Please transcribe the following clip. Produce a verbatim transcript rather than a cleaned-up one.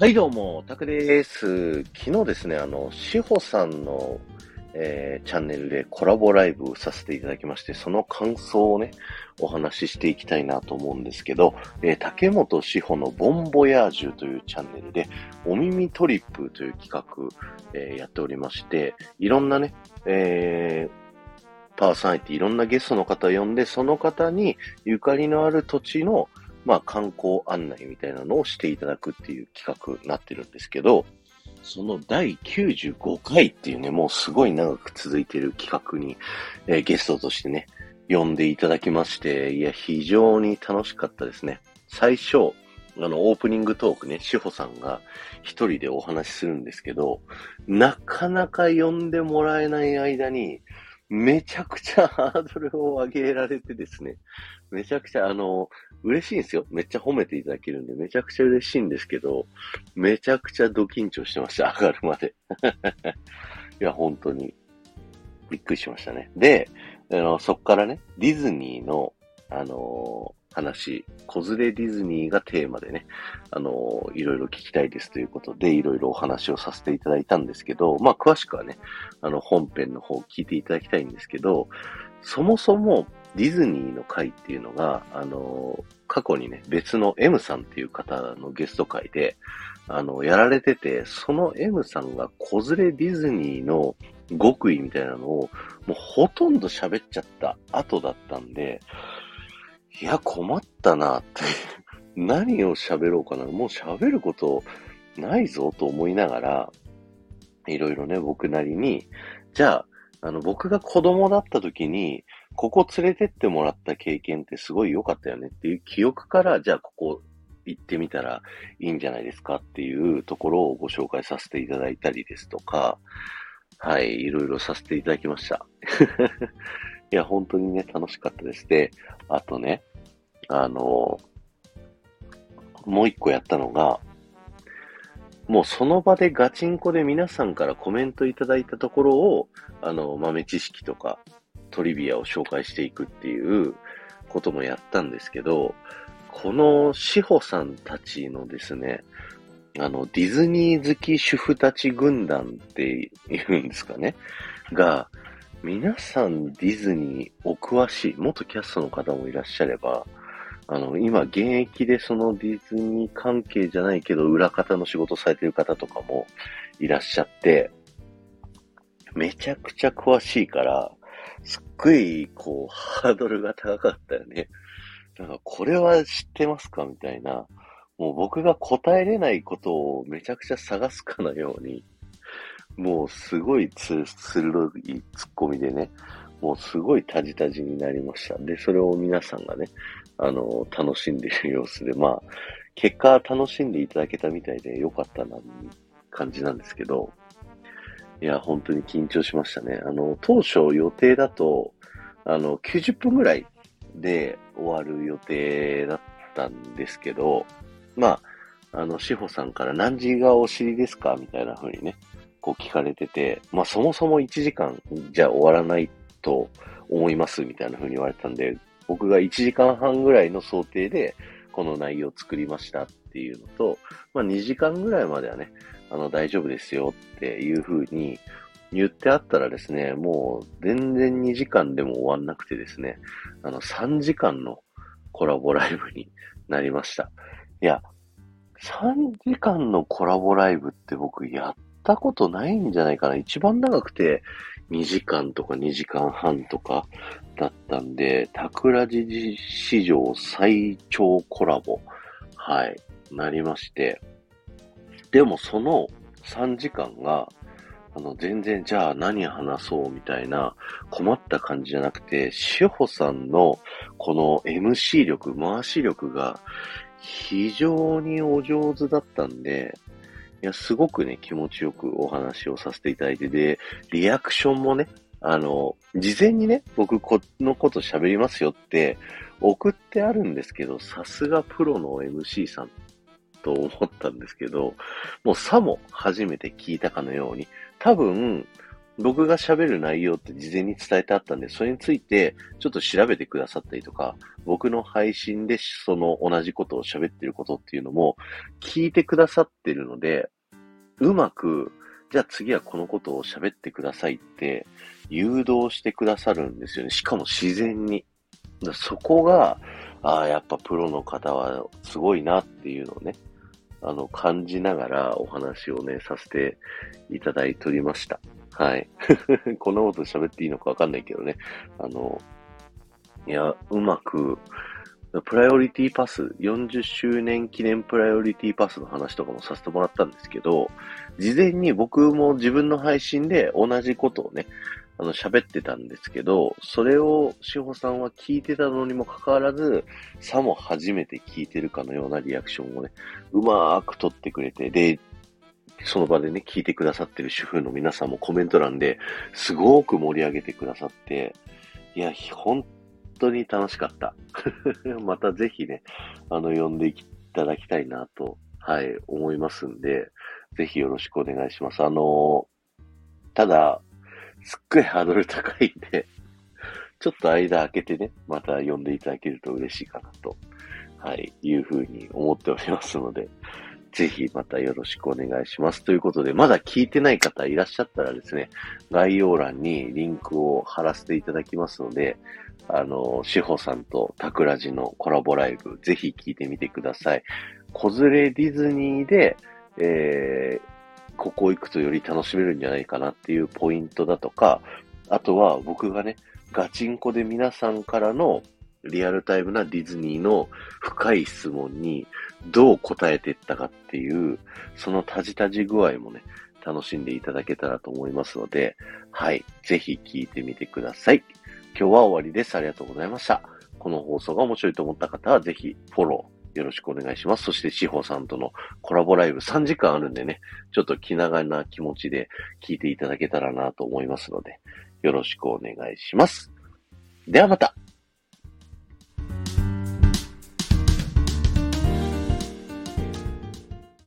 はいどうも、タクです。昨日ですね、あの、しほさんの、えーチャンネルでコラボライブをさせていただきまして、その感想をね、お話ししていきたいなと思うんですけど、えー竹本志保のボンボヤージュというチャンネルで、お耳トリップという企画、えーやっておりまして、いろんなね、えーパーソナリティ、いろんなゲストの方を呼んで、その方にゆかりのある土地の、まあ、観光案内みたいなのをしていただくっていう企画になってるんですけど、そのだいきゅうじゅうごかいっていうね、もうすごい長く続いている企画に、えーゲストとしてね、呼んでいただきまして、いや、非常に楽しかったですね。最初、あの、オープニングトークね、志保さんが一人でお話しするんですけど、なかなか呼んでもらえない間に、めちゃくちゃハードルを上げられてですね、めちゃくちゃ、あの、嬉しいんですよ。めっちゃ褒めていただけるんで、めちゃくちゃ嬉しいんですけど、めちゃくちゃド緊張してました、上がるまで。いや、本当に、びっくりしましたね。で、あの、そっからね、ディズニーの、あのー話、子連れディズニーがテーマでね、あのーいろいろ聞きたいですということで、いろいろお話をさせていただいたんですけど、まあ、詳しくはね、あの、本編の方聞いていただきたいんですけど、そもそもディズニーの会っていうのが、あのー過去にね、別の M さんっていう方のゲスト会で、あの、やられてて、その M さんが子連れディズニーの極意みたいなのを、もうほとんど喋っちゃった後だったんで、いや、困ったなって。何を喋ろうかな。もう喋ることないぞと思いながら、いろいろね、僕なりに、じゃあ、あの、僕が子供だった時に、ここ連れてってもらった経験ってすごい良かったよねっていう記憶から、じゃあここ行ってみたらいいんじゃないですかっていうところをご紹介させていただいたりですとか、はい、いろいろさせていただきました。いや、本当にね、楽しかったです。で、あとね、あの、もう一個やったのが、もうその場でガチンコで皆さんからコメントいただいたところを、あの、豆知識とかトリビアを紹介していくっていうこともやったんですけど、この志保さんたちのですね、あの、ディズニー好き主婦たち軍団って言うんですかね。が、皆さんディズニーお詳しい、元キャストの方もいらっしゃれば、あの、今現役でそのディズニー関係じゃないけど、裏方の仕事されてる方とかもいらっしゃって、めちゃくちゃ詳しいから、すっごい、こう、ハードルが高かったよね。なんか、これは知ってますかみたいな。もう僕が答えれないことをめちゃくちゃ探すかのように、もうすごいつ鋭いツッコミでね、もうすごいタジタジになりました。で、それを皆さんがね、あの、楽しんでいる様子で、まあ、結果楽しんでいただけたみたいでよかったな、感じなんですけど、いや、本当に緊張しましたね。あの、当初予定だと、あの、きゅうじゅっぷんぐらいで終わる予定だったんですけど、まあ、あの、志保さんから何時がお尻ですかみたいな風にね、こう聞かれてて、まあそもそもいちじかんじゃ終わらないと思いますみたいな風に言われたんで、僕がいちじかんはんぐらいの想定でこの内容を作りましたっていうのと、まあにじかんぐらいまではね、あの大丈夫ですよっていう風に言ってあったらですね、もう全然にじかんでも終わんなくてですね、あのさんじかんのコラボライブになりました。いや、さんじかんのコラボライブって僕やったことないんじゃないかな。一番長くてにじかんとかにじかんはんとかだったんで、タクラジ史上最長コラボ、はい、なりまして。でもそのさんじかんが、あの、全然じゃあ何話そうみたいな困った感じじゃなくて、志保さんのこの エムシー 力、回し力が非常にお上手だったんで、いや、すごくね、気持ちよくお話をさせていただいて、で、リアクションもね、あの、事前にね、僕このこと喋りますよって送ってあるんですけど、さすがプロの エムシー さんと思ったんですけど、もうさも初めて聞いたかのように、多分、 僕が喋る内容って事前に伝えてあったんで、それについてちょっと調べてくださったりとか、僕の配信でその同じことを喋ってることっていうのも聞いてくださってるので、うまく、じゃあ次はこのことを喋ってくださいって誘導してくださるんですよね。しかも自然に。だそこが、ああ、やっぱプロの方はすごいなっていうのをね、あの、感じながらお話をね、させていただいておりました。はい。こんなこと喋っていいのかわかんないけどね。あの、いや、うまく、プライオリティパス、よんじゅっしゅうねん記念プライオリティパスの話とかもさせてもらったんですけど、事前に僕も自分の配信で同じことをね、あの、喋ってたんですけど、それを志保さんは聞いてたのにもかかわらず、さも初めて聞いてるかのようなリアクションをね、うまーく取ってくれて、で、その場でね、聞いてくださってる主婦の皆さんもコメント欄ですごく盛り上げてくださって、いや、本当に楽しかった。またぜひね、あの、呼んでいただきたいなと、はい、思いますんで、ぜひよろしくお願いします。あの、ただ、すっごいハードル高いんで、ちょっと間空けてね、また呼んでいただけると嬉しいかなと、はい、いうふうに思っておりますので、ぜひまたよろしくお願いします。ということで、まだ聞いてない方いらっしゃったらですね、概要欄にリンクを貼らせていただきますので、あの、しほさんとタクラジのコラボライブ、ぜひ聞いてみてください。子連れディズニーで、えー、ここ行くとより楽しめるんじゃないかなっていうポイントだとか、あとは僕がね、ガチンコで皆さんからのリアルタイムなディズニーの深い質問にどう答えていったかっていう、そのタジタジ具合もね、楽しんでいただけたらと思いますので、はい、ぜひ聞いてみてください。今日は終わりです。ありがとうございました。この放送が面白いと思った方は、ぜひフォローよろしくお願いします。そして、しほさんとのコラボライブさんじかんあるんでね、ちょっと気長な気持ちで聞いていただけたらなと思いますので、よろしくお願いします。ではまた。